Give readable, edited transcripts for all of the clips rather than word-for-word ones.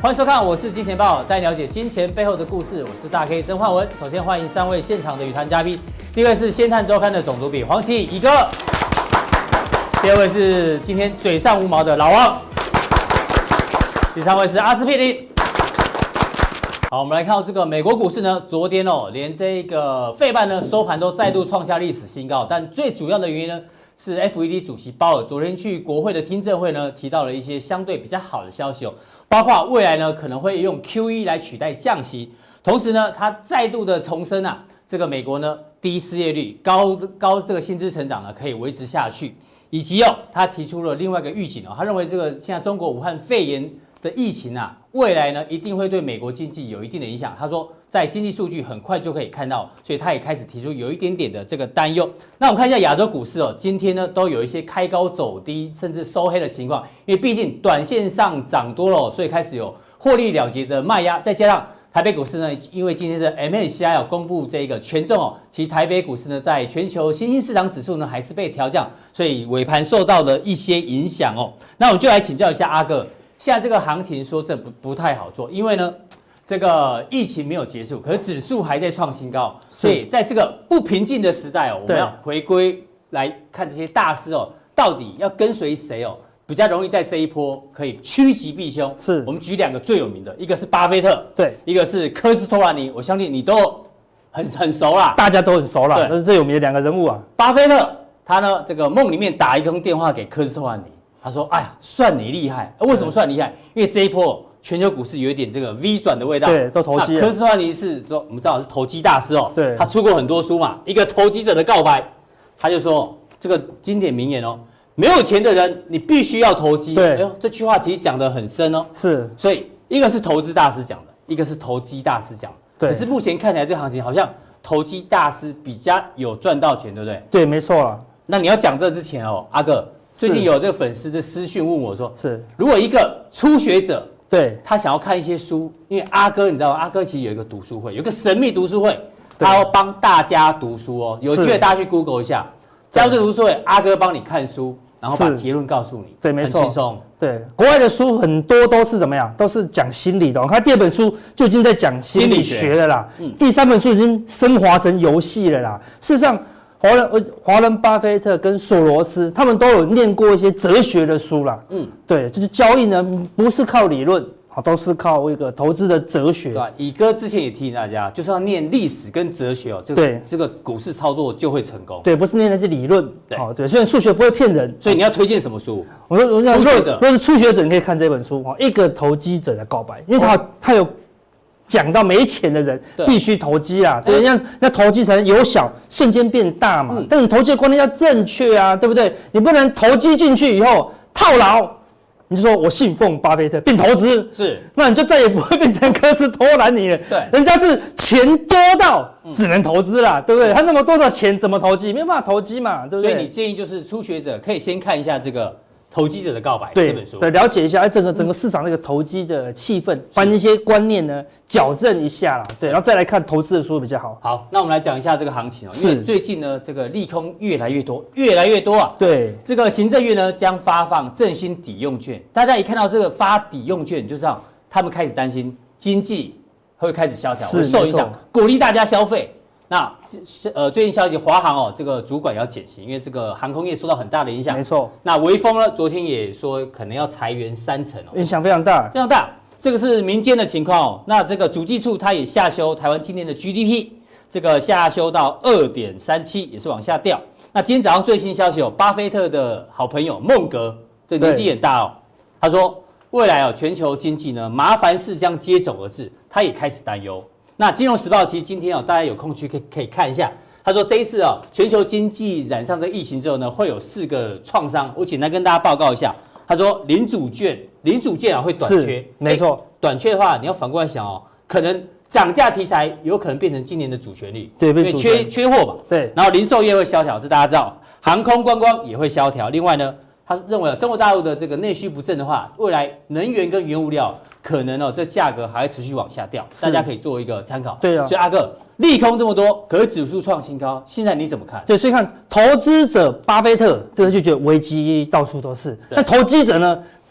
欢迎收看，我是金钱豹，带你了解金钱背后的故事。我是大 K 曾焕文。首先欢迎3位现场的语坛嘉宾，第一位是先探周刊的总主笔黄奇乙哥，第二位是今天嘴上无毛的老王，第三位是阿司匹林。好，我们来看到这个美国股市呢，昨天连这个费半呢收盘都再度创下历史新高，但最主要的原因呢是 FED 主席鲍尔昨天去国会的听证会呢提到了一些相对比较好的消息包括未来呢可能会用 QE 来取代降息，同时呢他再度的重申这个美国呢低失业率、高这个薪资成长呢可以维持下去，以及他提出了另外一个预警他认为这个现在中国武汉肺炎的疫情未来呢一定会对美国经济有一定的影响。他说，在经济数据很快就可以看到，所以他也开始提出有一点点的这个担忧。那我们看一下亚洲股市今天呢都有一些开高走低，甚至收黑的情况，因为毕竟短线上涨多了所以开始有获利了结的卖压，再加上台北股市呢，因为今天的 MSCI 公布这个权重其实台北股市呢在全球新兴市场指数呢还是被调降，所以尾盘受到了一些影响那我们就来请教一下阿哥。现在这个行情说这不太好做，因为呢，这个疫情没有结束，可是指数还在创新高，所以在这个不平静的时代我们要回归来看这些大师到底要跟随谁比较容易在这一波可以趋吉避凶。是我们举2个最有名的，一个是巴菲特，对，一个是科斯托兰尼，我相信你都很熟啦， 大家都很熟啦，都是最有名的2个人物巴菲特他呢这个梦里面打一通电话给科斯托兰尼。他说：“哎呀，算你厉害！为什么算你厉害？因为这一波全球股市有一点这个 V 转的味道。对， 都投机了。 科斯托兰尼是我们知道是投机大师对， 他出过很多书嘛，一个投机者的告白，他就说这个经典名言没有钱的人你必须要投机。对，哎呦，这句话其实讲得很深是，所以一个是投资大师讲的，一个是投机大师讲的。对，可是目前看起来这个行情好像投机大师比较有赚到钱，对不对？ 对，没错啦。 那你要讲这之前阿哥。”最近有这个粉丝的私讯问我说：“如果一个初学者，对他想要看一些书，因为阿哥你知道吗？阿哥其实有一个读书会，有一个神秘读书会，他要帮大家读书有机会大家去 Google 一下，加入这读书会，阿哥帮你看书，然后把结论告诉你， 对，没错， 很轻松。 对，国外的书很多都是怎么样？都是讲心理的。我看第2本书就已经在讲心理学了啦，第3本书已经升华成游戏了啦。事实上。”华伦巴菲特跟索罗斯，他们都有念过一些哲学的书啦。对，就是交易呢，不是靠理论，都是靠一个投资的哲学。 对，乙哥之前也提醒大家，就是要念历史跟哲学这个股市操作就会成功。 对，不是念的是理论。对，虽然数学不会骗人， 所以你要推荐什么书？ 我说，如果是初学者，你可以看这本书一个投机者的告白，因为他有。讲到没钱的人必须投机对，要投机才能有小瞬间变大嘛。但是投机的观念要正确对不对？你不能投机进去以后套牢，你就说我信奉巴菲特并投资，那你就再也不会变成科斯托兰尼了。对，人家是钱多到只能投资啦，对不对？他那么多的钱怎么投机？没有办法投机嘛，对不对？ 所以你建议就是初学者可以先看一下这个。投机者的告白这本书， 对，了解一下整个市场那个投机的气氛，把一些观念呢矫正一下啦，对，然后再来看投资的书比较好。 好，那我们来讲一下这个行情因为最近呢这个利空越来越多对，这个行政院呢将发放振兴抵用券，大家一看到这个发抵用券，就知道他们开始担心经济会开始萧条，会受影响，鼓励大家消费。那最近消息，华航这个主管也要减薪，因为这个航空业受到很大的影响。 没错。 那微风呢，昨天也说可能要裁员30% 影响非常大， 非常大。这个是民间的情况那这个主计处它也下修台湾今年的 GDP， 这个下修到2.37，也是往下掉。那今天早上最新消息巴菲特的好朋友孟格，这年纪很大他说未来全球经济呢麻烦事将接踵而至，他也开始担忧。那金融时报其实今天大家有空去可以看一下，他说这一次全球经济染上这个疫情之后呢，会有4个创伤，我简单跟大家报告一下。他说零组件会短缺， 没错， 短缺的话你要反过来想可能涨价题材有可能变成今年的主旋律， 对， 因为缺货嘛， 对， 然后零售业会萧条，这大家知道，航空观光也会萧条。另外呢，他认为中国大陆的这个内需不振的话，未来能源跟原物料可能这价格还会持续往下掉，大家可以做一个参考。 对啊， 所以阿哥利空这么多，可是指数创新高，现在你怎么看？ 对，所以看投资者巴菲特，对，就觉得危机到处都是。那投机者呢，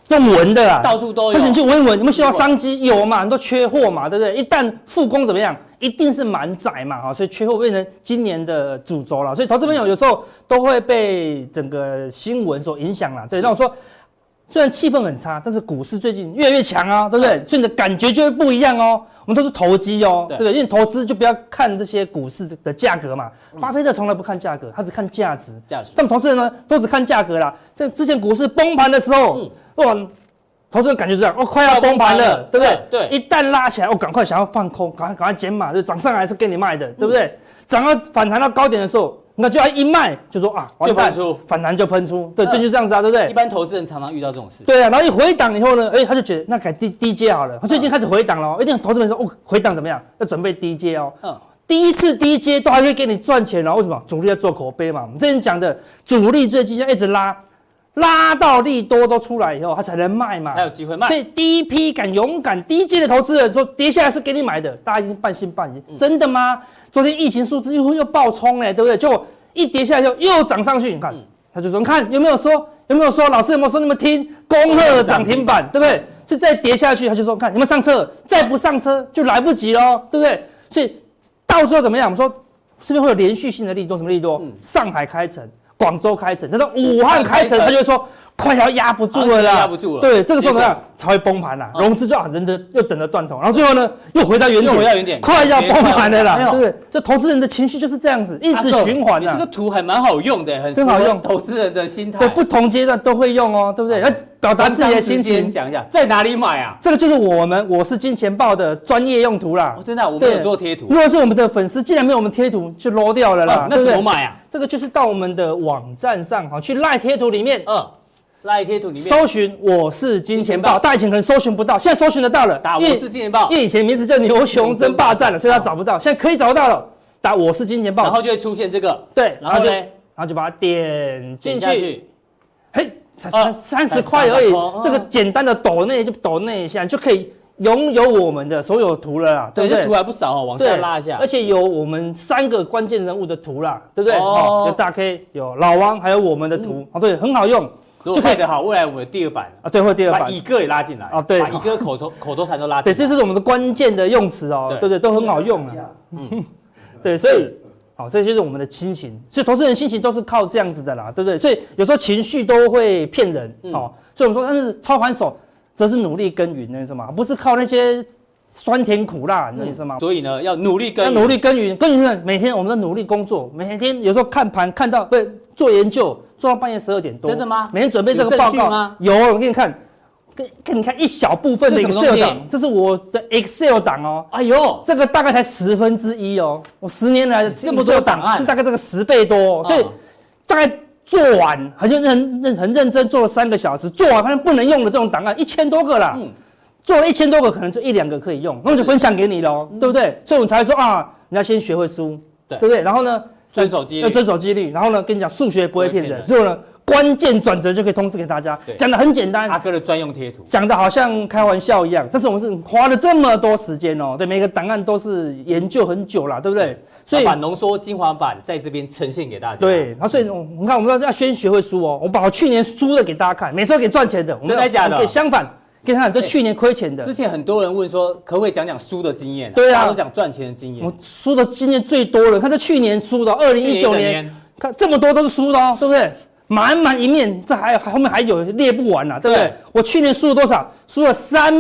用闻的啦， 到处都有。 那你去闻一闻，有没有需要商机？有嘛，很多缺货嘛，对不对？一旦复工怎么样？一定是满载嘛，所以缺货变成今年的主轴了。所以投资朋友有时候都会被整个新闻所影响啦。对，那我说。虽然气氛很差，但是股市最近越来越强啊，对不对？所以你的感觉就会不一样哦。我们都是投机哦，对不对？因为投资就不要看这些股市的价格嘛。巴菲特从来不看价格，他只看价值。但投资人呢，都只看价格啦。在之前股市崩盘的时候，哇，投资人感觉这样，快要崩盘了，对不对？对。一旦拉起来，赶快想要放空，赶快减码，就涨上来是给你卖的，对不对？涨到反弹到高点的时候。那就要一卖就说啊，完蛋，反弹就喷出，对，就这样子啊，对不对？ 一般投资人常常遇到这种事。 对啊，然后一回档以后呢，他就觉得那改低阶好了。他最近开始回档了，一定投资人说回档怎么样？要准备低阶哦。第一次低阶都还可以给你赚钱哦。为什么？主力在做口碑嘛。我们之前讲的，主力最近要一直拉到利多都出来以后，他才能卖嘛， 才有机会卖。 所以第一批勇敢低阶的投资人说跌下来是给你买的，大家已经半信半疑，真的吗？昨天疫情数字又爆冲对不对？结果一跌下来又涨上去，你看，他就说，你看有没有说，老师有没有说你们听，恭贺涨停板，对不对？就再跌下去，他就说，看有没有上车，再不上车就来不及喽，对不对？所以到最后怎么样？我们说是不是会有连续性的利多？什么利多？上海开城。广州开城，等到武汉开城，他就会说快要压不住了啦， 压不住了。 对，这个时候怎么样才会崩盘啦？融资就人的又等着断头，然后最后呢又回到原点，快要崩盘了啦，对不对？这投资人的情绪就是这样子，一直循环的。 这个图还蛮好用的， 很好用， 投资人的心态。 对，不同阶段都会用哦，对不对？要表达自己的心情。 讲一下在哪里买啊？ 这个就是我是金钱豹的专业用途啦。 真的，我们有做贴图。 如果是我们的粉丝，既然没有我们贴图，就 low 掉了啦。 那怎么买啊？ 这个就是到我们的网站上，去赖贴图里面， 赖贴图里面搜寻我是金钱豹，大家以前可能搜寻不到，现在搜寻得到了。 打我是金钱豹， 因为以前名字叫牛熊争霸战了，所以他找不到，现在可以找到了。打我是金钱豹， 然后就会出现这个， 对，然后就把它点进去，嘿，才30块而已，这个简单的抖内就抖内一下，就可以拥有我们的所有图了啦，对不对？ 这图还不少哦，往下拉一下， 而且有我们3个关键人物的图啦，对不对？有大 K， 有老王，还有我们的图，对，很好用。 如果配得好，未来我们的第2版啊，对，会第2版， 把乙哥也拉进来啊， 对， 把乙哥口头禅都拉进来， 对，这就是我们的关键的用词哦，对不对？都很好用啊，对，所以这就是我们的心情，所以投资人心情都是靠这样子的啦，对不对？所以有时候情绪都会骗人，所以我们说，但是操盘手则是努力耕耘，那什么，不是靠那些酸甜苦辣，你知道吗？ 所以呢，要努力耕耘， 要努力耕耘，每天我们在努力工作，每天有时候看盘看到做研究，做到半夜12点多。 真的吗？ 每天准备这个报告吗？有，我给你看，给你看一小部分的 Excel 档，这是我的 Excel 档哦。 哎呦， 这个大概才1/10哦，我10年来的这么多档案是大概这个10倍多，所以大概做完很认真做了3个小时，做完发现不能用的这种档案1000多个啦。做了1000多个，可能就1、2个可以用，那我就分享给你喽，对不对？所以我们才说啊，你要先学会输，对不对？然后呢， 遵守纪律， 要遵守纪律。然后呢，跟你讲，数学不会骗人。之后呢，关键转折就可以通知给大家，讲得很简单。 阿哥的专用贴图， 讲得好像开玩笑一样，但是我们是花了这么多时间哦，对，每个档案都是研究很久啦，对不对？ 所以把浓缩精华版在这边呈现给大家。 对，然后所以你看，我们要先学会输哦。我把我去年输的给大家看，每次都给赚钱的， 真的假的？ 相反。跟他讲，这去年亏钱的。 之前很多人问说，可不可以讲输的经验？ 对啊， 大家都讲赚钱的经验。 我输的经验最多了，看这去年输的，2019年，看这么多都是输的哦，对不对？满一面，这后面还有列不完啊，对不对？我去年输了多少？输了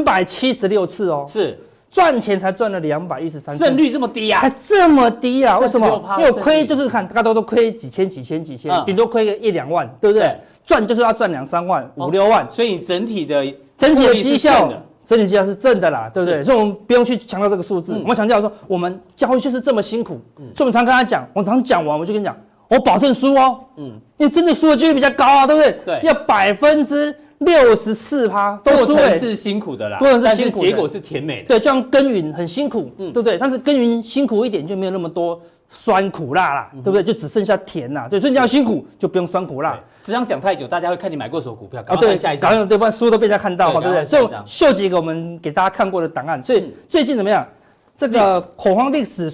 376次哦。 是。 赚钱才赚了213次， 胜率这么低啊？ 还这么低啊？为什么？因为我亏就是看大家都亏几千，顶多亏个1、2万，对不对？赚就是要赚2、3万、5、6万， 所以你整体的绩效，是正的啦，对不对？所以我们不用去强调这个数字，我们强调说我们交易就是这么辛苦，所以我们常跟他讲，我常讲完我就跟你讲，我保证输哦，因为真的输的几率比较高啊，对不对？ 对， 要64%都输， 过程是辛苦的啦，但是结果是甜美的， 对，就像耕耘很辛苦，对不对？但是耕耘辛苦一点就没有那么多酸苦辣啦，对不对？就只剩下甜啦，对，所以你要辛苦就不用酸苦辣。 只想讲太久，大家会看你买过什么股票，赶快看下一张， 对，不然书都被人家看到，对不对？所以秀几个我们给大家看过的档案，所以最近怎么样？这个恐慌历史数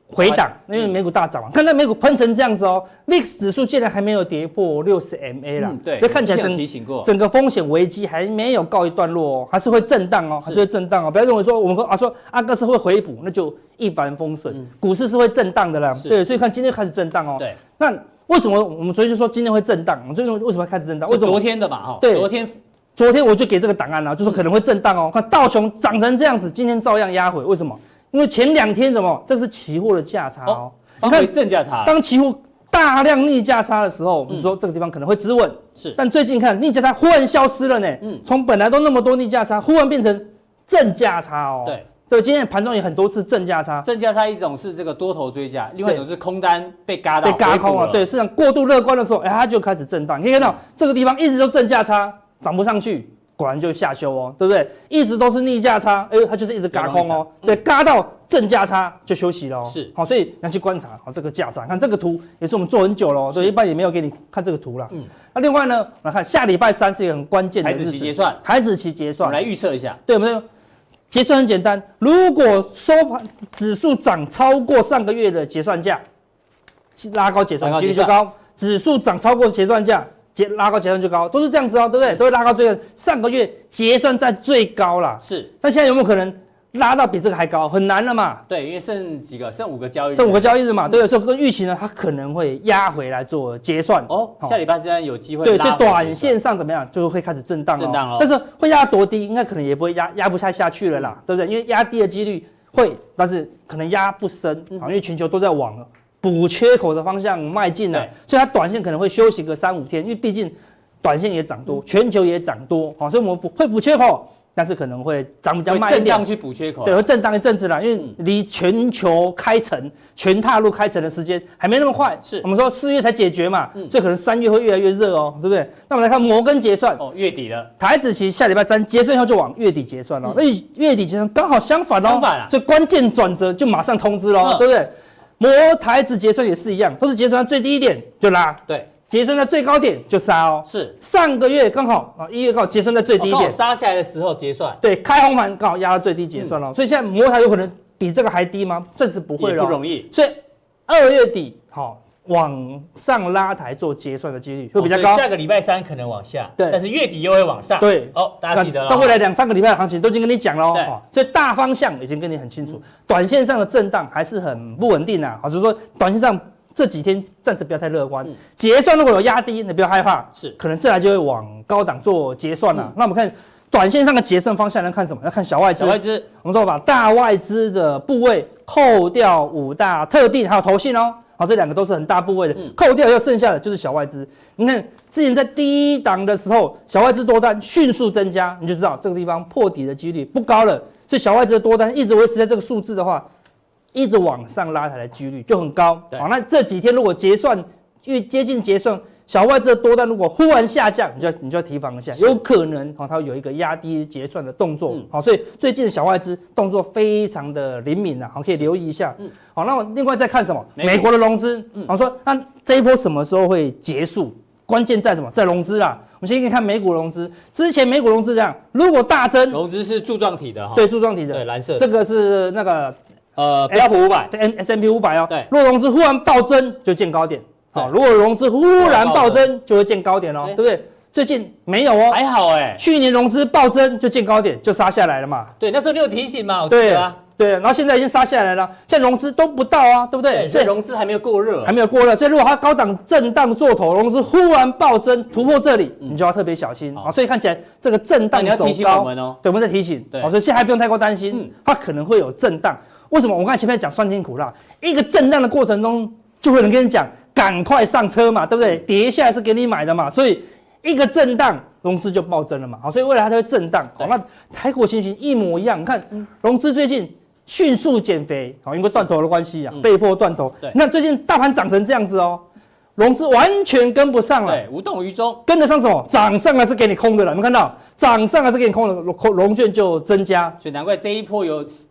回档，因为美股大涨嘛，看到美股喷成这样子哦 ，VIX 指数竟然还没有跌破60MA 啦， 对， 所以看起来整个风险危机还没有告一段落哦，还是会震荡哦，还是会震荡哦，不要认为说我们说阿哥是会回补，那就一帆风顺，股市是会震荡的啦，对，所以看今天开始震荡哦， 对， 那为什么我们昨天就说今天会震荡？我们最近为什么开始震荡？为什么？ 昨天的嘛，哈， 对，昨天我就给这个档案了，就说可能会震荡哦，看道琼涨成这样子，今天照样压回，为什么？因为前2天什么？这是期货的价差哦。 你看正价差。 当期货大量逆价差的时候，你说这个地方可能会止稳。 是。 但最近看逆价差忽然消失了呢。从本来都那么多逆价差，忽然变成正价差哦。 对。 对，今天盘中有很多次正价差。 正价差一种是这个多头追价，另外一种是空单被嘎到。 被嘎空了。对，市场过度乐观的时候，它就开始震荡。你可以看到这个地方一直都正价差，涨不上去。果然就下修哦，对不对？一直都是逆价差，它就是一直嘎空哦，对，嘎到正价差就休息了哦。 是， 好，所以你要去观察好这个价差，看这个图也是我们做很久了哦，所以一般也没有给你看这个图啦。那另外呢，来看下礼拜3是一个很关键的日子， 台指期结算， 台指期结算， 我们来预测一下。 对，我们结算很简单，如果收盘指数涨超过上个月的结算价，拉高结算几率就高；指数涨超过结算价。拉高结算就高，都是这样子哦，对不对？都会拉高最高。上个月结算在最高啦， 是。 那现在有没有可能拉到比这个还高？很难了嘛。 对，因为剩5个交易日。 剩5个交易日嘛，对。所以跟预期呢，它可能会压回来做结算。 哦，下礼拜之间有机会。 对，所以短线上怎么样，就会开始震荡哦。震荡哦。但是会压多低，应该可能也不会压不下去了啦，对不对？因为压低的几率会，但是可能压不深，因为全球都在往补缺口的方向迈进了，所以它短线可能会休息个3-5天，因为毕竟短线也涨多，全球也涨多，好，所以我们会补缺口，但是可能会涨比较慢一点， 震荡去补缺口， 对，会震荡一阵子啦，因为离全球开城、全大陆开城的时间还没那么快， 是我们说4月才解决嘛，所以可能3月会越来越热哦，对不对？那我们来看摩根结算， 哦，月底了， 台指期下礼拜3结算以后就往月底结算了，那月底结算刚好相反哦，所以关键转折就马上通知咯，对不对？摩台指结算也是一样，都是结算到最低点就拉，对，结算在最高点就杀哦。是，上个月刚好1月刚好结算在最低点， 杀下来的时候结算， 对，开红盘刚好压到最低结算了，所以现在摩台有可能比这个还低吗？暂时不会了， 不容易。 所以2月底好往上拉抬做结算的几率会比较高。 下个礼拜3可能往下，对，但是月底又会往上。 对， 哦，大家记得了。 到未来2-3个礼拜的行情都已经跟你讲了哦，所以大方向已经跟你很清楚，短线上的震荡还是很不稳定啊。就是说，短线上这几天暂时不要太乐观。结算如果有压低，你不要害怕，是可能再来就会往高档做结算了。那我们看短线上的结算方向要看什么？要看小外资。小外资，我们说把大外资的部位扣掉5大特定还有投信哦。好，这2个都是很大部位的，扣掉以后剩下的就是小外资。你看之前在低档的时候，小外资多单迅速增加，你就知道这个地方破底的几率不高了。所以小外资的多单一直维持在这个数字的话，一直往上拉抬的几率就很高。好，那这几天如果结算越接近结算，小外资的多单如果忽然下降，你就要提防一下，有可能它会有一个压低结算的动作。好，所以最近的小外资动作非常的灵敏啊，好，可以留意一下。好，那我另外再看什么？美国的融资。好，说那这一波什么时候会结束？关键在什么？在融资啦。我们先看美股融资，之前美股融资这样，如果大增， 融资是柱状体的哈， 对，柱状体的， 对，蓝色， 这个是那个标普500， 对 S&P 500哦， 对， 如果融资忽然暴增，就见高点。好，如果融资忽然暴增，就会见高点哦，对不对？最近没有哦， 还好哎， 去年融资暴增就见高点，就杀下来了嘛。 对，那时候你有提醒嘛，我记得啊。 对，然后现在已经杀下来了，现在融资都不到啊，对不对？ 所以融资还没有过热， 还没有过热，所以如果它高档震荡做头，融资忽然暴增突破这里，你就要特别小心啊。所以看起来这个震荡走高， 你要提醒我们哦。 对，我们在提醒。对，所以现在还不用太过担心，它可能会有震荡。为什么？我刚才前面讲酸甜苦辣，一个震荡的过程中，就会有人跟你讲，赶快上车嘛，对不对？跌下来是给你买的嘛，所以一个震荡，融资就暴增了嘛。好，所以未来它会震荡。好，那台股情形一模一样，你看融资最近迅速减肥，好，因为断头的关系啊，被迫断头。你看最近大盘涨成这样子哦，融资完全跟不上了， 对，无动于衷。 跟得上什么？涨上来是给你空的了，你们看到涨上来是给你空的，融券就增加， 所以难怪这一波有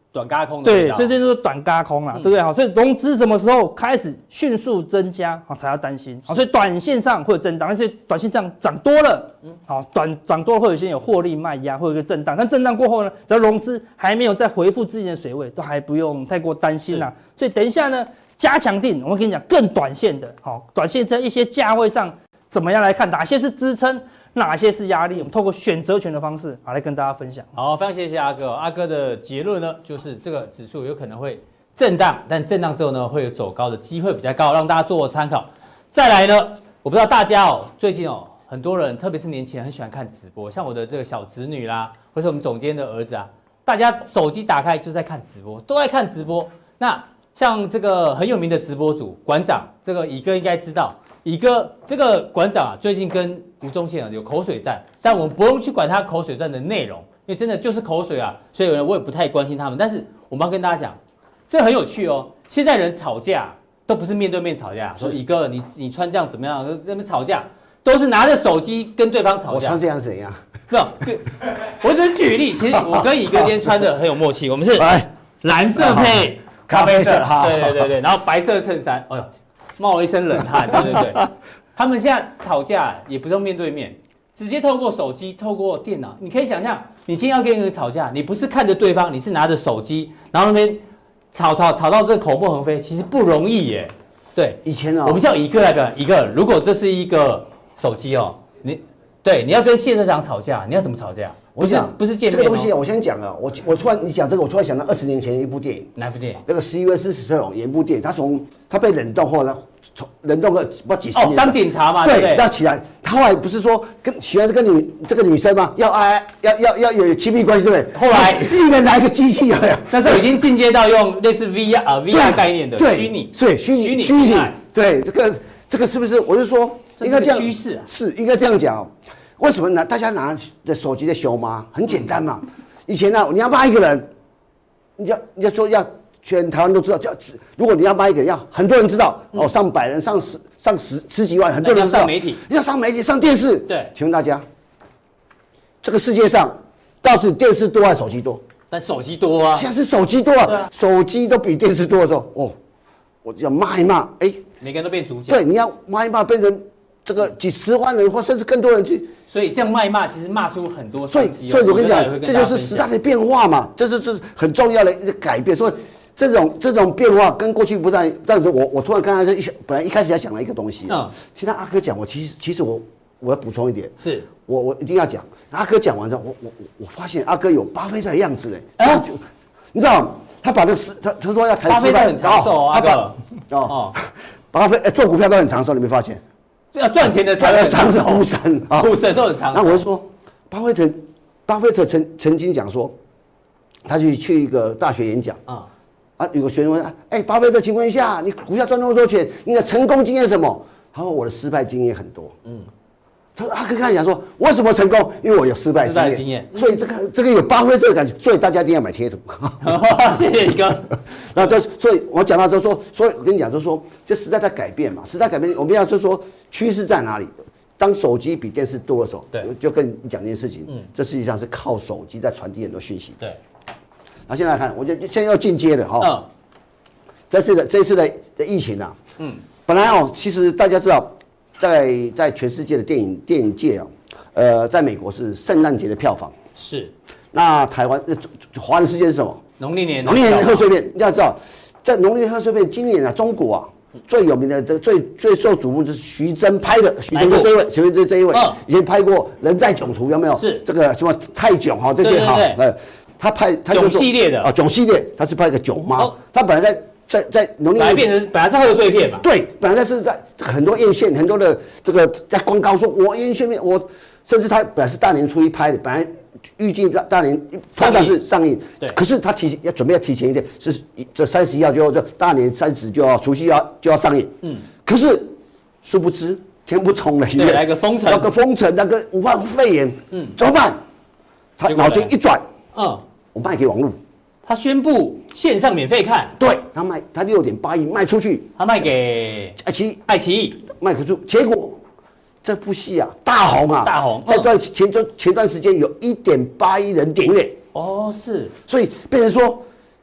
短轧空的味对， 道。 所以这就是短轧空啦，对不对？好，所以融资什么时候开始迅速增加，好才要担心。好，所以短线上会有震荡，但是短线上涨多了，好，涨多会有些有获利卖压，会有一个震荡。但震荡过后呢，只要融资还没有再回复之前的水位，都还不用太过担心啦。所以等一下呢，加强定，我会跟你讲更短线的，好，短线在一些价位上怎么样来看，哪些是支撑，哪些是压力，我们透过选择权的方式，好来跟大家分享。 好，非常谢谢阿哥。阿哥的结论呢，就是这个指数有可能会震荡，但震荡之后呢，会有走高的机会比较高，让大家做参考。再来呢，我不知道大家最近很多人，特别是年轻人，很喜欢看直播，像我的这个小侄女啦，或是我们总监的儿子啊，大家手机打开就在看直播，都在看直播。那像这个很有名的直播主馆长，这个乙哥应该知道。乙哥这个馆长最近跟吴宗宪有口水战，但我们不用去管他口水战的内容，因为真的就是口水啊，所以我也不太关心他们。但是我们要跟大家讲，这很有趣哦。现在人吵架都不是面对面吵架，说乙哥你穿这样怎么样，在那边吵架，都是拿着手机跟对方吵架。 我穿这样怎样？ 没有，我只是举例。其实我跟乙哥今天穿的很有默契，我们是蓝色配咖啡色，对，然后白色衬衫，哎呦。冒了一身冷汗，对，他们现在吵架也不是用面对面，直接透过手机、透过电脑。你可以想象，你今天要跟一个人吵架，你不是看着对方，你是拿着手机，然后那边吵到这口沫横飞，其实不容易耶。对， 以前我们叫乙哥来表演，乙哥，如果这是一个手机你要跟现场场吵架，你要怎么吵架？不是见面这个东西，我先讲啊，我突然你讲这个，我突然想到20年前一部电影， 哪部电影？ 那个史蒂文斯史特龙演一部电影，他被冷冻后呢，冷冻个不知道几十年， 当警察嘛，对不对？ 那起来，他后来不是说喜欢这个女生吗？要有亲密关系，对不对？ 后来一人来一个机器，有没有？ 那时候已经进阶到用类似 VR 概念的虚拟， 对虚拟，对这个是不是？我就说应该这样， 趋势是应该这样讲。为什么大家拿着手机在凶吗？很简单嘛。以前呢，你要骂一个人，你要说要全台湾都知道，如果你要骂一个人，要很多人知道，上百人、上十几万，很多人知道。 要上媒体， 要上媒体、上电视。 对， 请问大家，这个世界上倒是电视多还是手机多？ 但手机多啊。 现在是手机多啊，手机都比电视多的时候，我要骂一骂， 每个人都变主角。 对，你要骂一骂，变成这个几十万人或甚至更多人去。 所以这样骂，其实骂出很多所以我跟你讲，这就是时代的变化嘛，这是很重要的一个改变。所以这种变化跟过去不太，但是我突然刚才本来一开始在想了一个东西，其实阿哥讲，其实我要补充一点， 是我一定要讲。阿哥讲完之后，我发现阿哥有巴菲特的样子你知道吗？他把那个他说要谈巴菲特很长寿哦，阿哥巴菲特做股票都很长寿，你没发现？ 要赚钱的才很长寿， 股神都很长寿。 那我就说，巴菲特曾经讲说，他去一个大学演讲有个学生问巴菲特，请问一下，你股票赚那么多钱，你的成功经验是什么？他说我的失败经验很多。他跟他讲说，为什么成功？因为我有失败经验。所以这个有巴菲特的感觉，所以大家一定要买贴图。 谢谢一哥。 然后所以我讲到之后所以我跟你讲就是说，这时代在改变嘛，时代改变，我们要就说趋势在哪里？当手机比电视多的时候，对，就跟你讲一件事情，这实际上是靠手机在传递很多讯息。对。那现在来看，我觉得现在要进阶了哈。这次的疫情啊，本来其实大家知道。在全世界的电影界在美国是圣诞节的票房是， 那台湾华人世界是什么？ 农历年贺岁片。你要知道，在农历贺岁片今年中国最有名的最受瞩目就是徐峥拍的，徐峥就这一位，以前拍过《人在囧途》有没有？是这个什么泰囧这些他囧系列的囧系列，他是拍一个囧妈，他本来在农历本来是贺岁片嘛？ 对，本来是在很多院线，很多的这个在广告说，我院线片，甚至他本来是大年初一拍的，本来预计大年通常是上映，对，可是他准备要提前一天，是这31号就大年30就要除夕就要上映，可是殊不知天不从人愿， 来个封城， 那个武汉肺炎，怎么办？他脑筋一转，我卖给网络。 他宣布线上免费看， 对他6.8亿卖出去， 他卖给爱奇艺卖出去，结果这部戏大红，在前段时间有1.8亿人点阅， 是， 所以变成说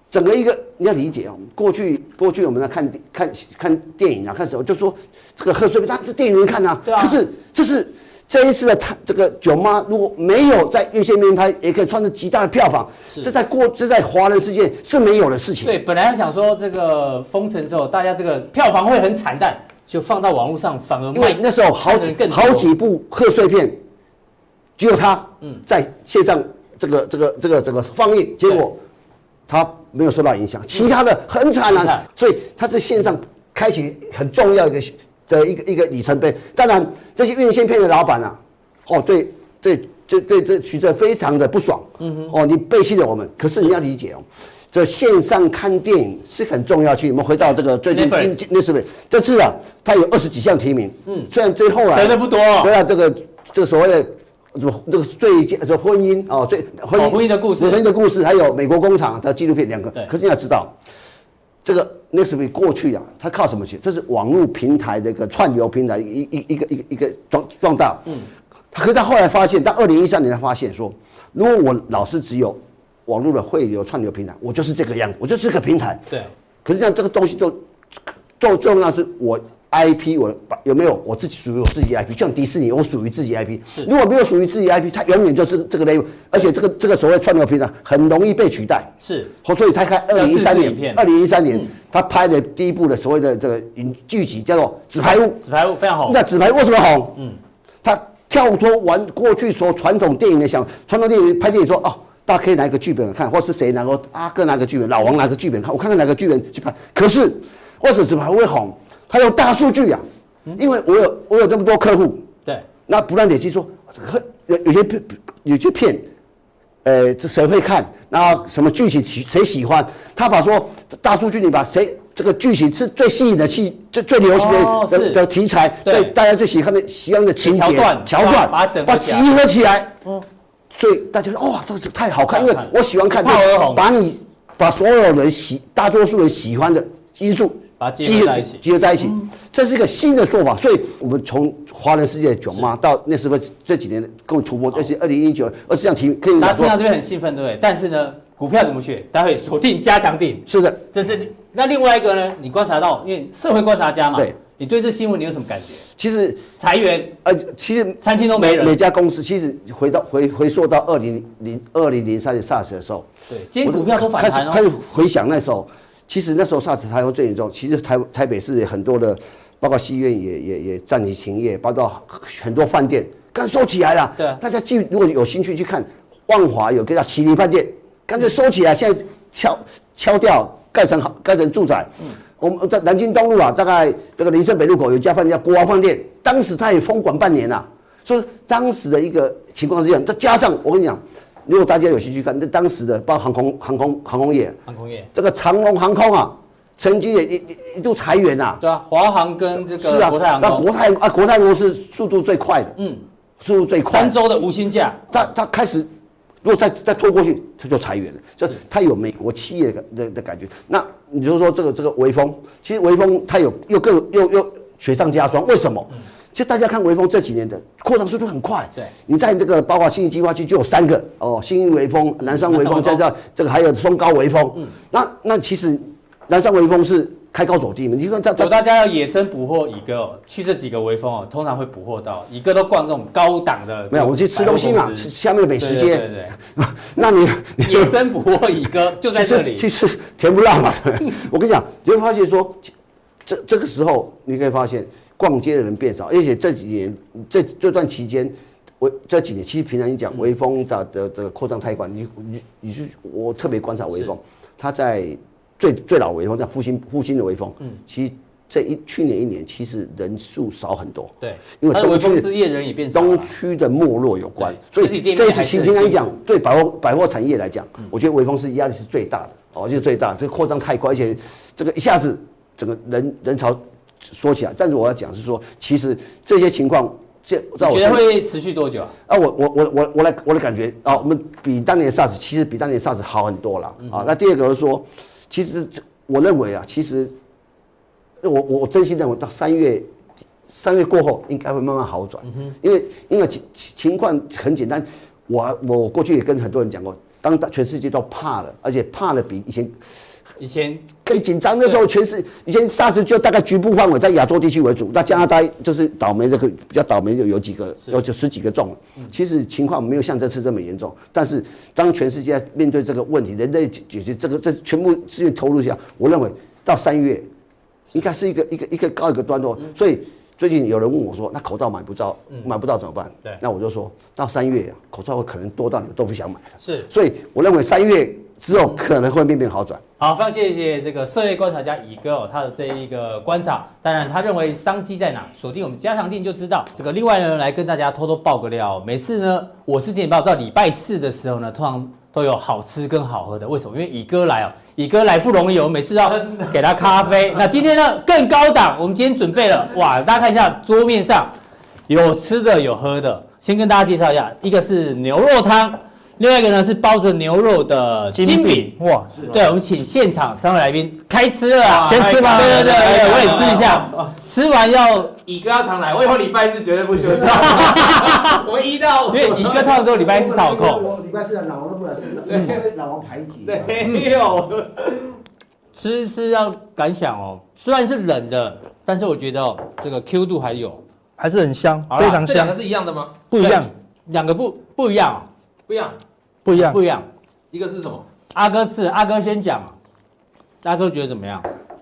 整个一个你要理解哦，过去我们在看电影啊，看什么就说这个贺岁片，它是电影人看啊， 对啊。 可是这一次的这个囧妈如果没有在院线片拍，也可以创造极大的票房，这在华人世界是没有的事情。 对，本来想说这个封城之后，大家这个票房会很惨淡，就放到网络上反而因为那时候好几部贺岁片，只有他在线上这个放映，结果他没有受到影响，其他的很惨啊，所以他是线上开启很重要一个里程碑。当然，这些院线片的老板啊，对徐峥非常的不爽，你背弃了我们。可是你要理解哦，这线上看电影是很重要去。我们回到这个最近Netflix，这次啊，他有20几项提名，虽然最后得的不多， 对啊，这个所谓的。这个最佳婚姻哦， 婚姻的故事，还有美国工厂的纪录片2个。可是你要知道，这个 Netflix 过去啊，它靠什么去？这是网络平台的一个串流平台，一个壮大。可是他后来发现，到2013年他发现说，如果我老是只有网络的汇流串流平台，我就是这个样子，我就是这个平台。 对。 可是这样这个东西最重要是我。IP 有没有我自己属于我自己 IP？ 就像迪士尼，我属于自己 IP。如果没有属于自己 IP， 它永远就是这个 level， 而且这个所谓串流平台很容易被取代。 是， 所以他看2013年，他拍的第一部的所谓的这个剧集叫做《纸牌屋》， 纸牌屋非常红。 那纸牌屋为什么红？他跳脱完过去说传统电影的传统电影拍电影说大家可以拿一个剧本看，或是谁拿个阿哥拿个剧本，老王拿个剧本看，我看看哪个剧本去拍。可是为什么纸牌屋会红？他有大数据啊，因为我有这么多客户， 对， 那不断累积说，有些片，这谁会看？然后什么剧情谁喜欢？他把说大数据里把谁这个剧情是最吸引的最流行的题材，对大家最喜欢的情节桥段，把集合起来，所以大家说哇，这个太好看，因为我喜欢看，把所有人大多数人喜欢的因素。 把它结合在一起，这是一个新的做法。所以，我们从华人世界的囧妈到那时候这几年跟我突破，而且2019、20项提名可以。 大家听到这边很兴奋，对不对？但是呢，股票怎么选？待会锁定加强定。 是的， 这是那另外一个呢？你观察到，因为社会观察家嘛，对，你对这新闻你有什么感觉？ 其实裁员， 其实餐厅都没人， 每家公司其实回溯到2003年 SARS 的时候， 对，今天股票都反弹哦。 开始回想那时候。其实那时候 SARS 台湾最严重，其实台北市很多的，包括戏院也暂停营业，包括很多饭店刚收起来了。 对， 大家如果有兴趣去看，万华有个叫麒麟饭店，干脆收起来，现在敲掉，盖成住宅。我们在南京东路啊，大概这个林森北路口有一家饭店叫国王饭店，当时它也封馆半年了，所以当时的一个情况是这样。再加上我跟你讲。如果大家有兴趣看，那当时的包括航空业，这个长荣航空啊，曾经也一度裁员啊。 对啊，华航跟这个国泰航空。 那国泰航空是速度最快的，速度最快。 3周的无薪假。 他开始，如果再拖过去，他就裁员了，就他有美国企业的感觉。那你就说这个微风，其实微风它又雪上加霜，为什么？其实大家看微风这几年的扩张速度很快，对，你在这个包括信义计划区就有3个哦，信义微风、南商微风，再叫这个还有松高微风，那其实南商微风是开高走低嘛，你看大家要野生捕获蚁哥去这几个微风哦，通常会捕获到蚁哥都逛这种高档的， 没有，我们去吃东西嘛，吃下面的美食街， 对， 那你野生捕获蚁哥就在这里， 去吃甜不辣嘛，我跟你讲，你会发现说，这个时候你可以发现。逛街的人变少，而且这几年这段期间，这几年其实平常你讲微风的这个扩张太快，你是我特别观察微风，它在最老微风叫复兴的微风，其实去年1年其实人数少很多， 对， 因为微风之夜人也变少， 东区的没落有关，所以这一次新平常讲对百货产业来讲，我觉得微风是压力是最大的哦，就是最大，这个扩张太快，而且这个一下子整个人潮。说起来，但是我要讲是说，其实这些情况， 觉得会持续多久啊？ 我的感觉啊，我们比当年 SARS 其实比当年 SARS 好很多了啊。那第二个是说，其实我认为啊，其实我真心认为到3月过后应该会慢慢好转，因为情况很简单，我过去也跟很多人讲过， 当全世界都怕了，而且怕的比以前更紧张的时候，以前 SARS 就大概局部范围在亚洲地区为主，那加拿大就是倒霉，这个比较倒霉有几个，就10几个中了。其实情况没有像这次这么严重，但是当全世界面对这个问题，人类解决这全部资源投入下，我认为到3月应该是一个告一个段落。所以最近有人问我说，那口罩买不到怎么办？对，那我就说到3月口罩会可能多到你都不想买了。是，所以我认为3月之后可能会面好转。 好，非常谢谢这个社会观察家乙哥他的这一个观察。当然，他认为商机在哪，锁定我们加强定就知道。这个另外呢，来跟大家偷偷爆个料。每次呢，我是简报到礼拜4的时候呢，通常都有好吃跟好喝的。为什么？因为乙哥来乙哥来不容易，我每次要给他咖啡。那今天呢更高档，我们今天准备了哇，大家看一下桌面上有吃的有喝的。先跟大家介绍一下，一个是牛肉汤。另外一个呢是包着牛肉的金饼，哇！对，我们请现场3位来宾开吃了啊， 先吃吗？ 对，我也吃一下。吃完乙哥要常来，我以后礼拜4绝对不休假。我1到5， 因为乙哥通常只有礼拜4才有空。 我礼拜4老王都不来，因为老王排挤。 没有。 吃要感想哦，虽然是冷的，但是我觉得这个 Q 度还是很香，非常香。 这两个是一样的吗？ 不一样， 两个不一样。 不一样， 一个是什么？ 阿哥先讲，阿哥觉得怎么样？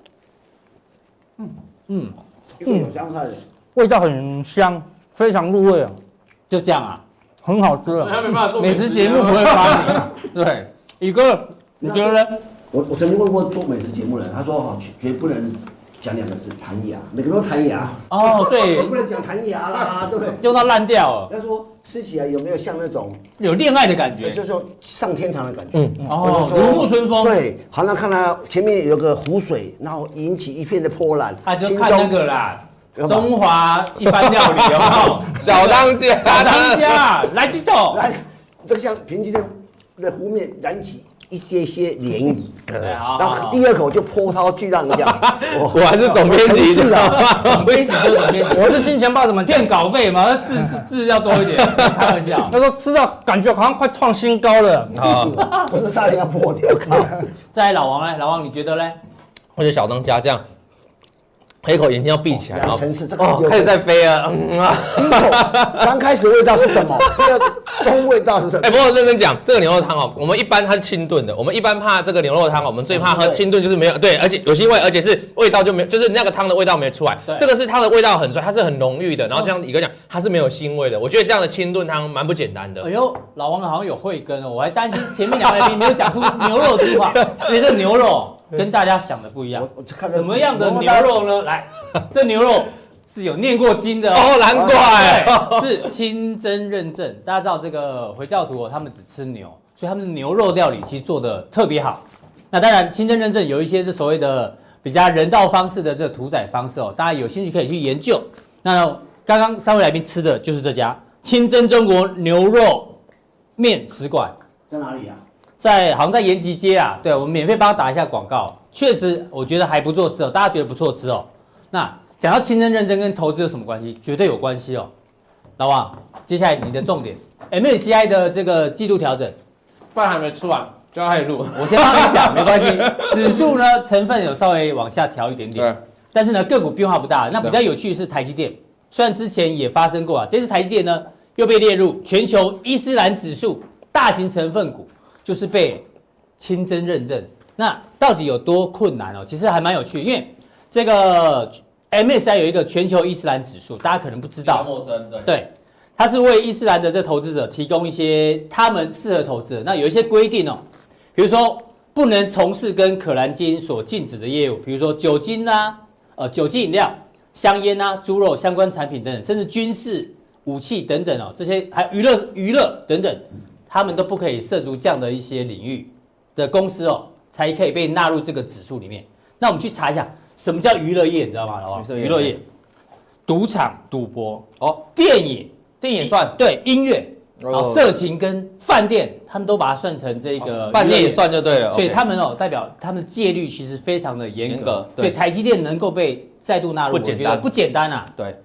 有香菜的， 味道很香，非常入味啊， 就这样啊， 很好吃啊。 美食节目不会发你，对，乙哥，你觉得呢？ 我曾经问过做美食节目的人，他说绝不能讲2个字弹牙，每个都弹牙。 哦，对， 不能讲弹牙啦，对不对？ 用到烂掉了。 他说吃起来有没有像那种有恋爱的感觉， 就是说上天堂的感觉。 如沐春风。 对，好像看到前面有个湖水，然后引起一片的波澜。 他就看那个啦，中华一般料理有没有？ 小当家，来这种， 来，这个像平静的湖面燃起一些涟漪，然后第2口就波涛巨浪一样。 我还是总编辑总编辑就是总编辑， 我是金钱豹，怎么骗稿费嘛？字要多一点，开玩笑。 他说吃到感觉好像快创新高了， 不是差点要破掉。 再来老王嘞，老王你觉得嘞？ 或者小当家这样。黑口眼睛要闭起来，然后层次这个开始在飞了。 第一口刚开始的味道是什么？第2中味道是什么？ 不过认真讲，这个牛肉汤我们一般它是清炖的，我们一般怕这个牛肉汤我们最怕喝清炖，就是没有对，而且有腥味，而且是味道就没有，就是那个汤的味道没出来。这个是它的味道很出来，它是很浓郁的，然后就像乙哥讲，它是没有腥味的。我觉得这样的清炖汤蛮不简单的。 哎呦，老王好像有慧根哦，我还担心前面2位来宾没有讲出牛肉的地方，因为这牛肉跟大家想的不一样。什么样的牛肉呢？来。这牛肉是有念过经的哦，难怪是清真认证。大家知道这个回教徒他们只吃牛，所以他们的牛肉料理其实做的特别好。那当然，清真认证有一些是所谓的比较人道方式的这个屠宰方式大家有兴趣可以去研究。那刚刚3位来宾吃的就是这家清真中国牛肉面食馆， 在哪里啊？ 好像在延吉街啊。对，我们免费帮他打一下广告，确实我觉得还不错吃大家觉得不错吃那讲到清真认证跟投资有什么关系？绝对有关系老王，接下来你的重点 ，MSCI 的这个季度调整， 饭还没吃完就要开始录， 我先帮你讲，没关系。指数呢成分有稍微往下调一点点，但是呢个股变化不大。那比较有趣的是台积电，虽然之前也发生过这次台积电呢又被列入全球伊斯兰指数大型成分股，就是被清真认证。那到底有多困难其实还蛮有趣，因为这个 MSCI 有一个全球伊斯兰指数，大家可能不知道， 陌生对，它是为伊斯兰的这投资者提供一些他们适合投资的。那有一些规定比如说不能从事跟可兰经所禁止的业务，比如说酒精酒精饮料、香烟猪肉相关产品等等，甚至军事武器等等这些还有娱乐等等，他们都不可以涉足这样的一些领域的公司才可以被纳入这个指数里面。那我们去查一下。什么叫娱乐业？你知道吗？娱乐业，赌场、赌博电影也算对，音乐色情跟饭店，他们都把它算成这个饭店也算就对了。 所以他们代表他们的戒律其实非常的严格，所以台积电能够被再度纳入，我觉得不简单啊。 对，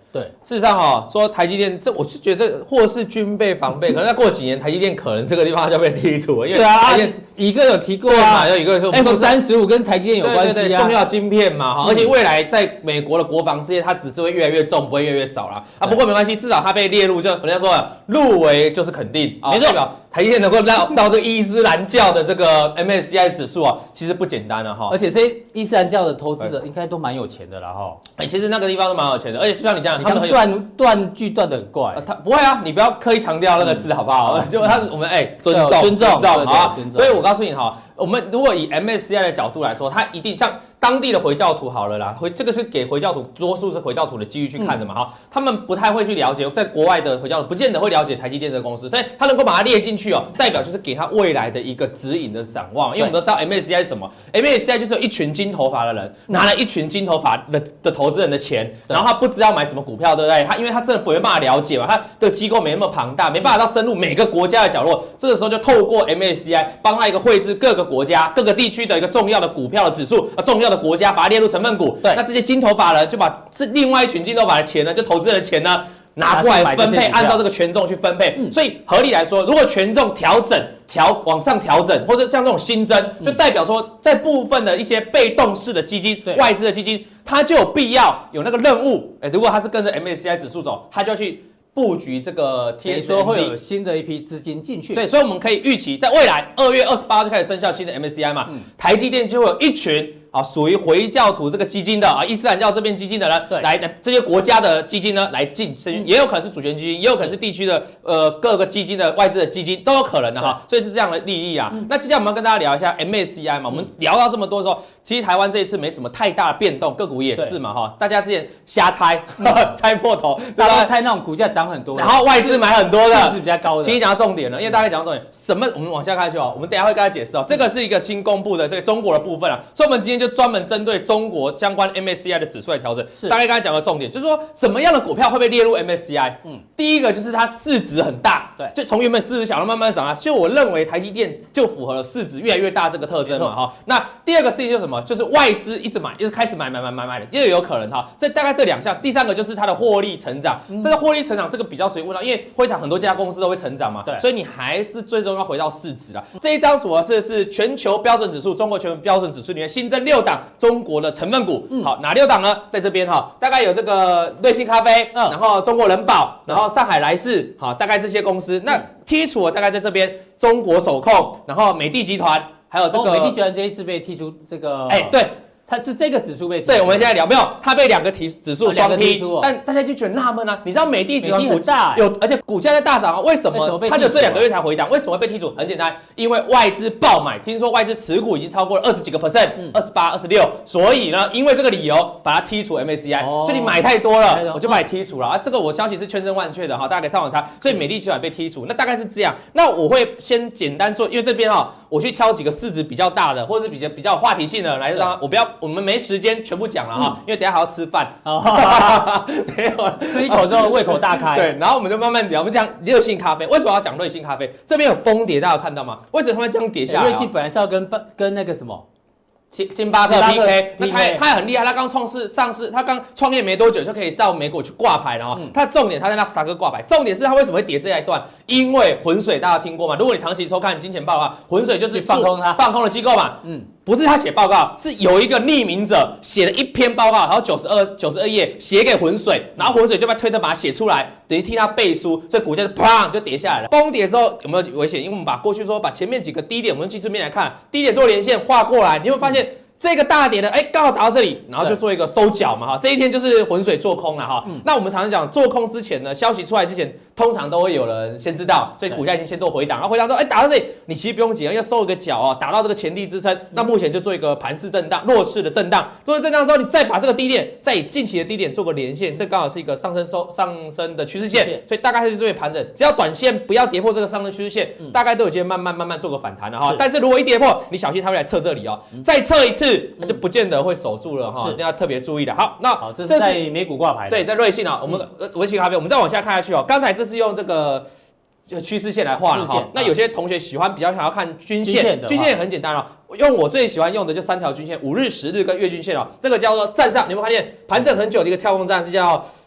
对， 事实上说台积电我是觉得或是军备防备，可能再过几年台积电可能这个地方就被剔除了，因为一个有提过啊， 有一个说 F35跟台积电有关系啊， 重要晶片嘛而且未来在美国的国防事业，它只是会越来越重，不会越来越少啦。不过没关系，至少它被列入，就人家说了，入围就是肯定，没错，代表台积电能够到这个伊斯兰教的这个 MSCI 指数其实不简单了而且这些伊斯兰教的投资者应该都蛮有钱的啦其实那个地方都蛮有钱的，而且就像你讲， 他们断句断得很怪， 他不会啊，你不要刻意强调那个字好不好？就我们尊重好，所以我告诉你我们如果以 MSCI 的角度来说，它一定像当地的回教徒好了啦，这个是给回教徒，多数是回教徒的基于去看的嘛他们不太会去了解，在国外的回教徒不见得会了解台积电这个公司，所以他能够把它列进去代表就是给他未来的一个指引的展望，因为我们都知道 MSCI 是什么 ，MSCI 就是有一群金头发的人拿了一群金头发的投资人的钱，然后他不知道买什么股票，对不对？因为他真的没办法了解嘛，他的机构没那么庞大，没办法到深入每个国家的角落，这个时候就透过 MSCI 帮他一个绘制各个国家、各个地区的一个重要的股票的指数，重要的国家把它列入成分股。对，那这些金头发人就把另外一群金头发的钱呢，就投资人的钱呢拿过来分配，按照这个权重去分配。所以合理来说，如果权重往上调整，或者像这种新增，就代表说在部分的一些被动式的基金、外资的基金，它就有必要有那个任务。如果它是跟着 MSCI 指数走，它就要去布局这个 TSMC， 说会有新的一批资金进去。 对，所以我们可以预期，在未来2月28号就开始生效新的 MSCI 嘛，台积电就会有一群属于回教徒这个基金的伊斯兰教这边基金的人来这些国家的基金呢来进，也有可能是主权基金，也有可能是地区的各个基金的外资的基金都有可能的所以是这样的利益啊。那接下来我们要跟大家聊一下 MSCI 嘛，我们聊到这么多的时候，其实台湾这一次没什么太大的变动，个股也是嘛大家之前瞎猜猜破头， 大家猜那种股价涨很多， 然后外资买很多的， 市值比较高的。 其实讲到重点了，因为大概讲到重点，什么我们往下看去我们等一下会跟大家解释这个是一个新公布的这个中国的部分所以我们今天就专门针对中国相关 MSCI 的指数来调整。大概刚才讲的重点就是说，什么样的股票会被列入 MSCI？第一个就是它市值很大，对，就从原本市值小到慢慢涨所以我认为台积电就符合了市值越来越大这个特征嘛那第二个事情就是什么？就是外资一直买，一直开始买的，这个有可能这大概这两项。第三个就是它的获利成长，但是获利成长这个比较随意问到，因为会场很多家公司都会成长嘛，对，所以你还是最终要回到市值啦。这一张主要是全球标准指数，中国全球标准指数里面新增6档中国的成分股。好，哪6档呢？在这边大概有这个瑞幸咖啡，然后中国人保，然后上海来世，大概这些公司。那剔除了大概在这边中国手控，然后美的集团，还有这个美的集团这一次被剔除这个， 对。 它是这个指数被剔除， 对，我们现在聊没有？它被2个指数双剔，但大家就觉得纳闷啊。你知道美的集团股价而且股价在大涨为什么它就这2个月才回档？为什么会被剔除？很简单，因为外资爆买，听说外资持股已经超过了20几个%，28、26，所以呢，因为这个理由把它剔除 MSCI，就你买太多了，我就把你剔除了这个我消息是千真万确的大家可以上网查，所以美的集团被剔除，那大概是这样。那我会先简单做，因为这边我去挑几个市值比较大的，或者是比较有话题性的来让我们没时间全部讲了因为等一下还要吃饭没有吃一口之后胃口大开。 对，然后我们就慢慢聊。我们讲瑞幸咖啡，为什么要讲瑞幸咖啡？这边有崩跌，大家有看到吗？为什么他们这样跌下来？ 瑞幸本来是要跟那个什么星巴克 PK， 那他也很厉害，他刚上市，他刚创业没多久就可以到美国去挂牌了他重点他在纳斯达克挂牌，重点是他为什么会跌这一段？因为浑水大家听过吗？如果你长期收看金钱豹的话，浑水就是放空的机构嘛。不是他写报告，是有一个匿名者写了一篇报告，然后92页写给浑水，然后浑水就把推特把它写出来，等于替他背书，所以股价就砰就跌下来了。崩跌之后有没有危险？因为我们把过去把前面几个低点，我们用技术面来看，低点做连线画过来，你会发现。这个大跌的，刚好打到这里，然后就做一个收脚嘛，这一天就是浑水做空了那我们常常讲，做空之前呢，消息出来之前，通常都会有人先知道，所以股价已经先做回档，然后回档说，打到这里，你其实不用急，要收一个脚打到这个前低支撑，那目前就做一个盘势震荡，弱势的震荡，弱势震荡之后，你再把这个低点，再以近期的低点做个连线，这刚好是一个上升的趋势线，所以大概是这边盘整，只要短线不要跌破这个上升趋势线，大概都有机会慢慢做个反弹了但是如果一跌破，你小心它会来测这里再测一次。那就不见得会守住了一定要特别注意的。好，那这是在美股挂牌的， 对，在瑞幸我们瑞幸咖啡，我们再往下看下去刚才这是用这个趋势线来画了那有些同学喜欢比较想要看均线，均线也很简单用我最喜欢用的就3条均线，5日、10日跟月均线这个叫做站上，你有没有发现盘整很久的一个跳空站，这叫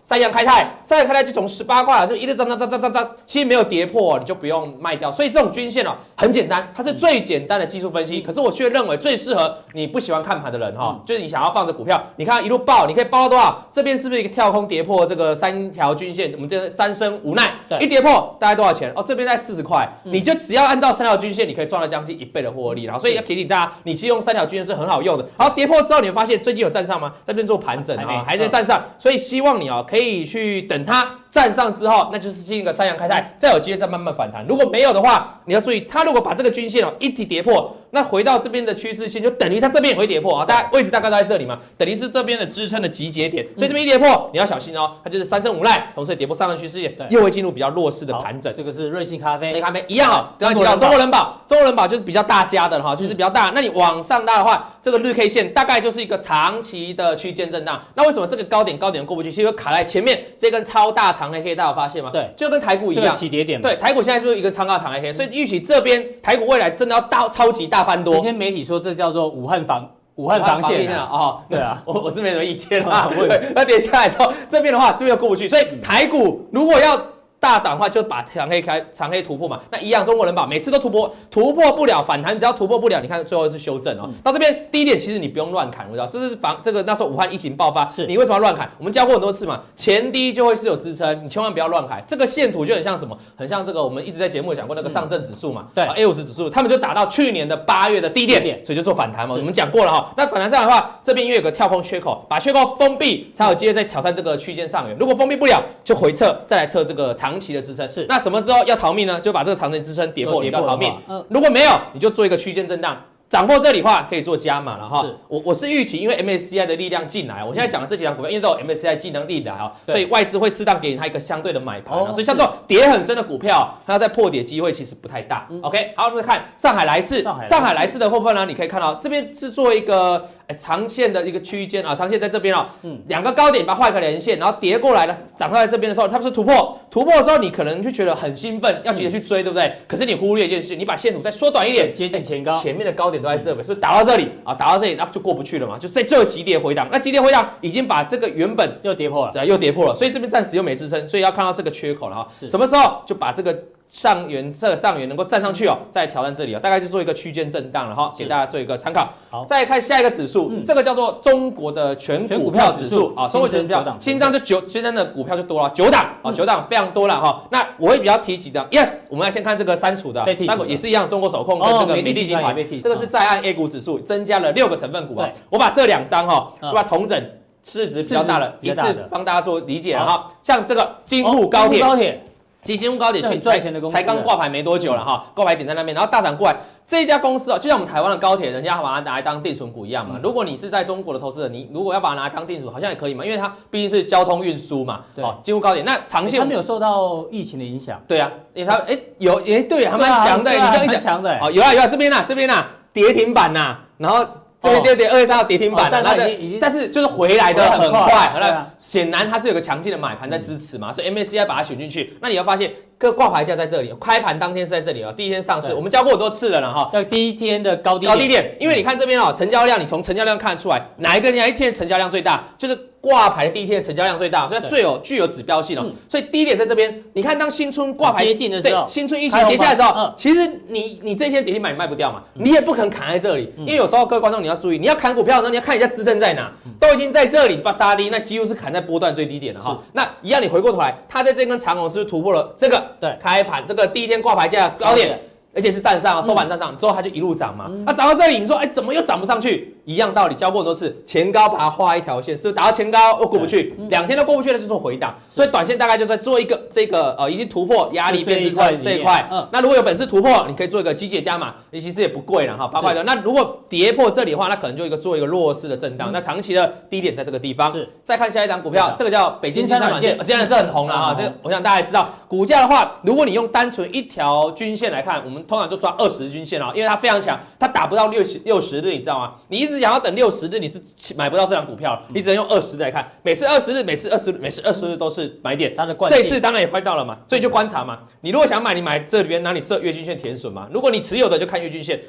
三阳开泰就从18块就一直涨，其实没有跌破，你就不用卖掉。所以这种均线很简单，它是最简单的技术分析。可是我却认为最适合你不喜欢看盘的人就是你想要放着股票，你看一路爆，你可以爆到多少？这边是不是一个跳空跌破这个3条均线？我们这三生无奈，一跌破大概多少钱？这边在40块，你就只要按照3条均线，你可以赚到将近1倍的获利。然后所以要提醒大家，你其实用3条均线是很好用的。然后跌破之后，你会发现最近有站上吗？在这边做盘整还在站上，所以希望你可以去等它站上之后，那就是进一个三阳开泰，再有机会再慢慢反弹。如果没有的话，你要注意，它如果把这个均线一提跌破，那回到这边的趋势线，就等于它这边也会跌破啊。大家位置大概都在这里嘛，等于是这边的支撑的集结点，所以这边一跌破，你要小心它就是三生无赖，同时也跌破上升趋势线，又会进入比较弱势的盘整。 这个是瑞幸咖啡， 咖啡一样刚刚提到中国人保就是比较大家的就是比较大。那你往上拉的话，这个日 K 线大概就是一个长期的区间震荡。那为什么这个高点过不去？其实卡在前面这根超大长黑 K， 大家有发现吗？ 对， 就跟台股一样， 这个起跌点。 对，台股现在是不是一个超大长黑 K？ 所以预期这边台股未来真的要超级大翻多。 今天媒体说这叫做武汉防线对啊，我是没什么意见啦。那跌下来之后，这边的话这边又过不去，所以台股如果要大涨的话，就把长黑突破嘛。那一样，中国人保每次都突破不了，反弹只要突破不了，你看最后是修正到这边低点，其实你不用乱砍，我知道这是这个那时候武汉疫情爆发，你为什么要乱砍？我们教过很多次嘛，前低就会是有支撑，你千万不要乱砍。这个线图就很像什么？很像这个我们一直在节目讲过那个上证指数嘛，对，A50指数，他们就打到去年的8月的低点，所以就做反弹嘛。我们讲过了那反弹上来的话，这边因为有个跳空缺口，把缺口封闭，才有机会再挑战这个区间上缘。如果封闭不了，就回撤，再来测这个长期的支撑。是，那什么时候要逃命呢？就把这个长期支撑跌破，你就要逃命。如果没有，你就做一个区间震荡。涨破这里的话，可以做加码了我是预期，因为 MSCI 的力量进来，我现在讲的这几档股票，因为都有 MSCI 技能力来所以外资会适当给它一个相对的买盘所以像这种跌很深的股票，它再破跌机会其实不太大。OK， 好，我们看上海来世的部分呢，你可以看到这边是做一个长线的一个区间长线在这边两个高点把它画一个连线，然后跌过来了，涨到这边的时候，它不是突破的时候，你可能就觉得很兴奋，要急着去追，对不对？可是你忽略一件事，你把线图再缩短一点， 接近前高， 前面的高点都在这边，是不是打到这里打到这里，然后就过不去了嘛？就最后急跌回档，那急跌回档已经把这个原本又跌破了，所以这边暂时又没支撑，所以要看到这个缺口了什么时候就把这个上缘能够站上去再挑战这里大概就做一个区间震荡了给大家做一个参考。好，再看下一个指数，这个叫做中国的全股票指数中国全股票，新增的股票就多了9档9档非常多了那我会比较提几档，我们要先看这个删除的，三股也是一样，中国首控跟这个美的集团，这个是在岸 A 股指数增加了6个成分股我把这2张就把同整市值比较大的一次帮大家做理解像这个京沪高铁。京沪高铁才刚挂牌没多久了挂牌点在那边，然后大涨过来。这一家公司就像我们台湾的高铁，人家把它拿来当定存股一样嘛。如果你是在中国的投资人，你如果要把它拿来当定存，好像也可以嘛，因为它毕竟是交通运输嘛。京沪高铁那长线它没有受到疫情的影响。 对啊，因为它对，还蛮强的。你这样一讲， 强的有啊，这边跌停板然后。这边2月3号跌停板但是就是回来的很快，显然它是有个强劲的买盘在支持嘛，所以 MSCI 把它选进去。那你要发现，各挂牌价在这里，开盘当天是在这里第一天上市，我们教过很多次了要第一天的高低点， 因为你看这边成交量，你从成交量看得出来，哪一天成交量最大，就是挂牌的第一天的成交量最大，所以它具有指标性所以低点在这边，你看当新春挂牌接近的时候， 新春疫情跌下来的时候，其实你这一天跌停板你卖不掉嘛，你也不可能砍在这里，因为有时候各位观众你要注意，你要砍股票的时候你要看一下支撑在哪，都已经在这里把杀低，那几乎是砍在波段最低点了那一样你回过头来，它在这根长红是不是突破了这个开盘这个第一天挂牌价高点？而且是站上收盘站上之后，它就一路涨嘛。那涨到这里，你说怎么又涨不上去？一样道理，教过很多次，前高把它画一条线，是不是打到前高又过不去，2天都过不去，那就做回档。所以短线大概就在做一个这个已经突破压力变支撑这一块。那如果有本事突破，你可以做一个机械加码，其实也不贵了8块多。那如果跌破这里的话，那可能就做一个弱势的震荡。那长期的低点在这个地方。再看下一档股票，这个叫北京金山软件，这很红了这个我想大家也知道，股价的话，如果你用单纯一条均线来看，我们通常就抓20日均线因为它非常强，它打不到60日，你知道吗？你一直想要等60日，你是买不到这档股票，你只能用20日来看，每次20日，每次20日都是买点。这一次当然也快到了嘛，所以就观察嘛。你如果想买，你买这边哪里设月均线填损嘛？如果你持有的就看月均线。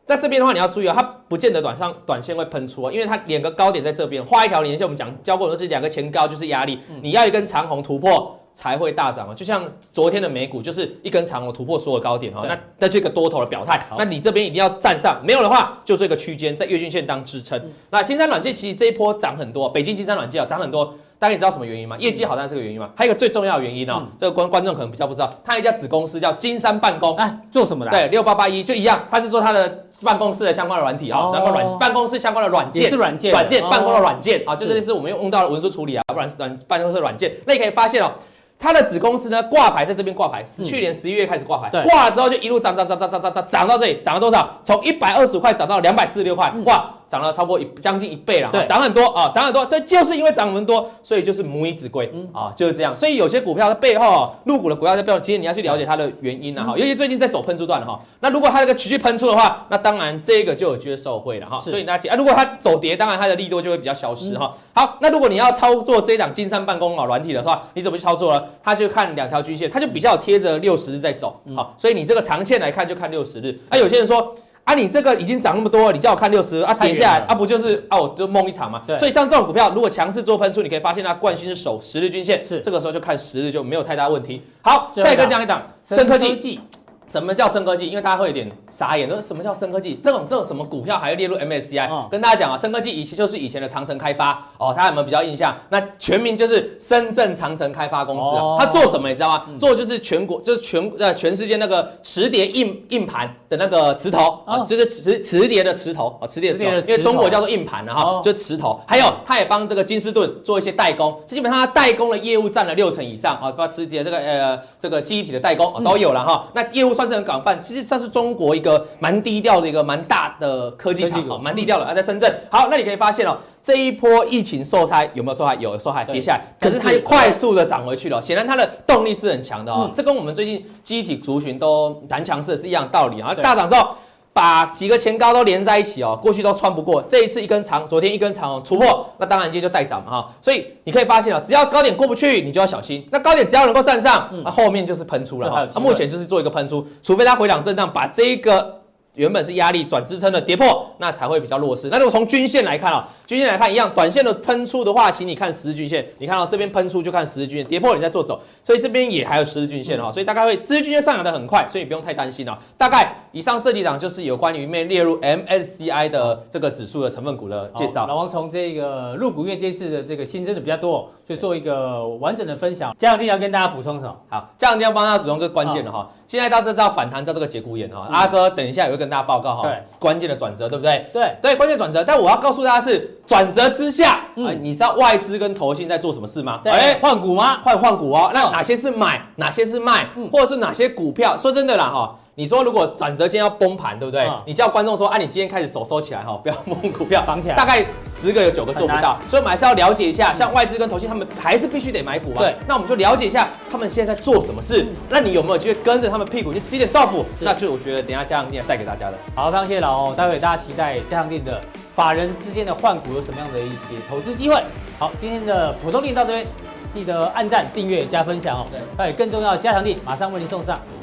在这边的话，你要注意啊，它不见得短线会喷出啊，因为它两个高点在这边，画一条连线，我们教过的是两个前高就是压力，你要一根长红突破才会大涨啊。就像昨天的美股就是一根长红突破所有高点哈，那这个多头的表态，那你这边一定要站上，没有的话就这个区间在月均线当支撑。那金山软件其实这一波涨很多，北京金山软件涨很多。大家你知道什么原因吗？业绩好当然是个原因嘛，还有一个最重要的原因哦，这个观众可能比较不知道，它一家子公司叫金山办公， 做什么的？ 对，6881就一样，它是做它的办公室的相关的软体啊，然后办公室相关的软件， 也是软件， 办公的软件啊，就是类似我们用到的文书处理啊，不然是办公室软件。那你可以发现哦。它的子公司呢挂牌在这边挂牌，去年11月开始挂牌，挂了之后就一路涨到这里，涨了多少？从125块涨到246块，哇，涨了超过将近1倍了，涨很多啊，涨很多，所以就是因为涨很多，所以就是母以子贵啊，就是这样。所以有些股票的背后，入股的股票在背后，其实你要去了解它的原因哈，尤其最近在走喷出段哈，那如果它这个持续喷出的话，那当然这个就有机会受惠了哈。所以大家如果它走跌，当然它的力度就会比较消失哈。好，那如果你要操作这一档金山办公软体的话，你怎么去操作呢？它就看两条均线，它就比较贴着60日在走，好，所以你这个长线来看就看60日。有些人说啊，你这个已经涨那么多了，你叫我看60日啊，跌下来啊，不就是啊，我就梦一场嘛。所以像这种股票，如果强势做喷出，你可以发现它惯性是守10日均线，这个时候就看10日就没有太大问题。好，再跟讲一档深科技。什么叫深科技？因为大家会有点傻眼，说什么叫深科技？这种什么股票还会列入 MSCI？跟大家讲啊，深科技就是以前的长城开发哦，大家有没有比较印象？那全名就是深圳长城开发公司啊。它做什么你知道吗？做就是全世界那个磁碟硬盘的那个磁头啊，就是磁碟的磁头啊，磁碟的磁头，因为中国叫做硬盘哈，就磁头。还有它也帮这个金士顿做一些代工，基本上它代工的业务占了60%以上啊，包括磁碟这个记忆体的代工都有了哈。那业务算是很广泛，其实算是中国一个蛮低调的一个蛮大的科技厂，蛮低调的，在深圳。好，那你可以发现哦，这一波疫情受害有没有受害？有受害，跌下来，可是它快速的涨回去了，显然它的动力是很强的哦。这跟我们最近记忆体族群都蛮强势的是一样的道理啊。大涨之后，把几个前高都连在一起哦，过去都穿不过，这一次一根长，昨天一根长突破，那当然今天就带涨嘛哈。所以你可以发现哦，只要高点过不去，你就要小心。那高点只要能够站上，那后面就是喷出了哈。目前就是做一个喷出，除非它回档震荡，把这个原本是压力转支撑的跌破，那才会比较弱势。那如果从均线来看啊，均线来看一样，短线的喷出的话，请你看10日均线，你看到这边喷出就看10日均线，跌破你再做走，所以这边也还有10日均线哈，所以大概会10日均线上扬的很快，所以你不用太担心啊。大概以上这几档就是有关于列入 MSCI 的这个指数的成分股的介绍。 老王从这个入股，因为这次的这个新增的比较多，就做一个完整的分享。这两天要跟大家补充什么？ 好，这两天要帮大家补充最关键的哈。现在大家知道反弹到这个节骨眼哈，阿哥等一下也会跟大家报告哈，关键的转折对不对？对，关键转折。但我要告诉大家是转折之下，你知道外资跟投信在做什么事吗？ 换股吗？ 换股哦。那哪些是买，哪些是卖，或者是哪些股票？说真的啦哈。你说如果转折今天要崩盘，对不对？你叫观众说啊，你今天开始手收起来哈，不要摸股票， 绑起来。 大概10个有9个做不到，所以我们还是要了解一下，像外资跟投信他们还是必须得买股嘛。对，那我们就了解一下他们现在在做什么事。那你有没有机会跟着他们屁股去吃一点豆腐？那就我觉得等一下加强店带给大家的。 好，非常谢谢老欧，待会大家期待加强店的法人之间的换股有什么样的一些投资机会。好，今天的普通店到这边，记得按赞、订阅、加分享哦。对，还有更重要的加强店马上为您送上。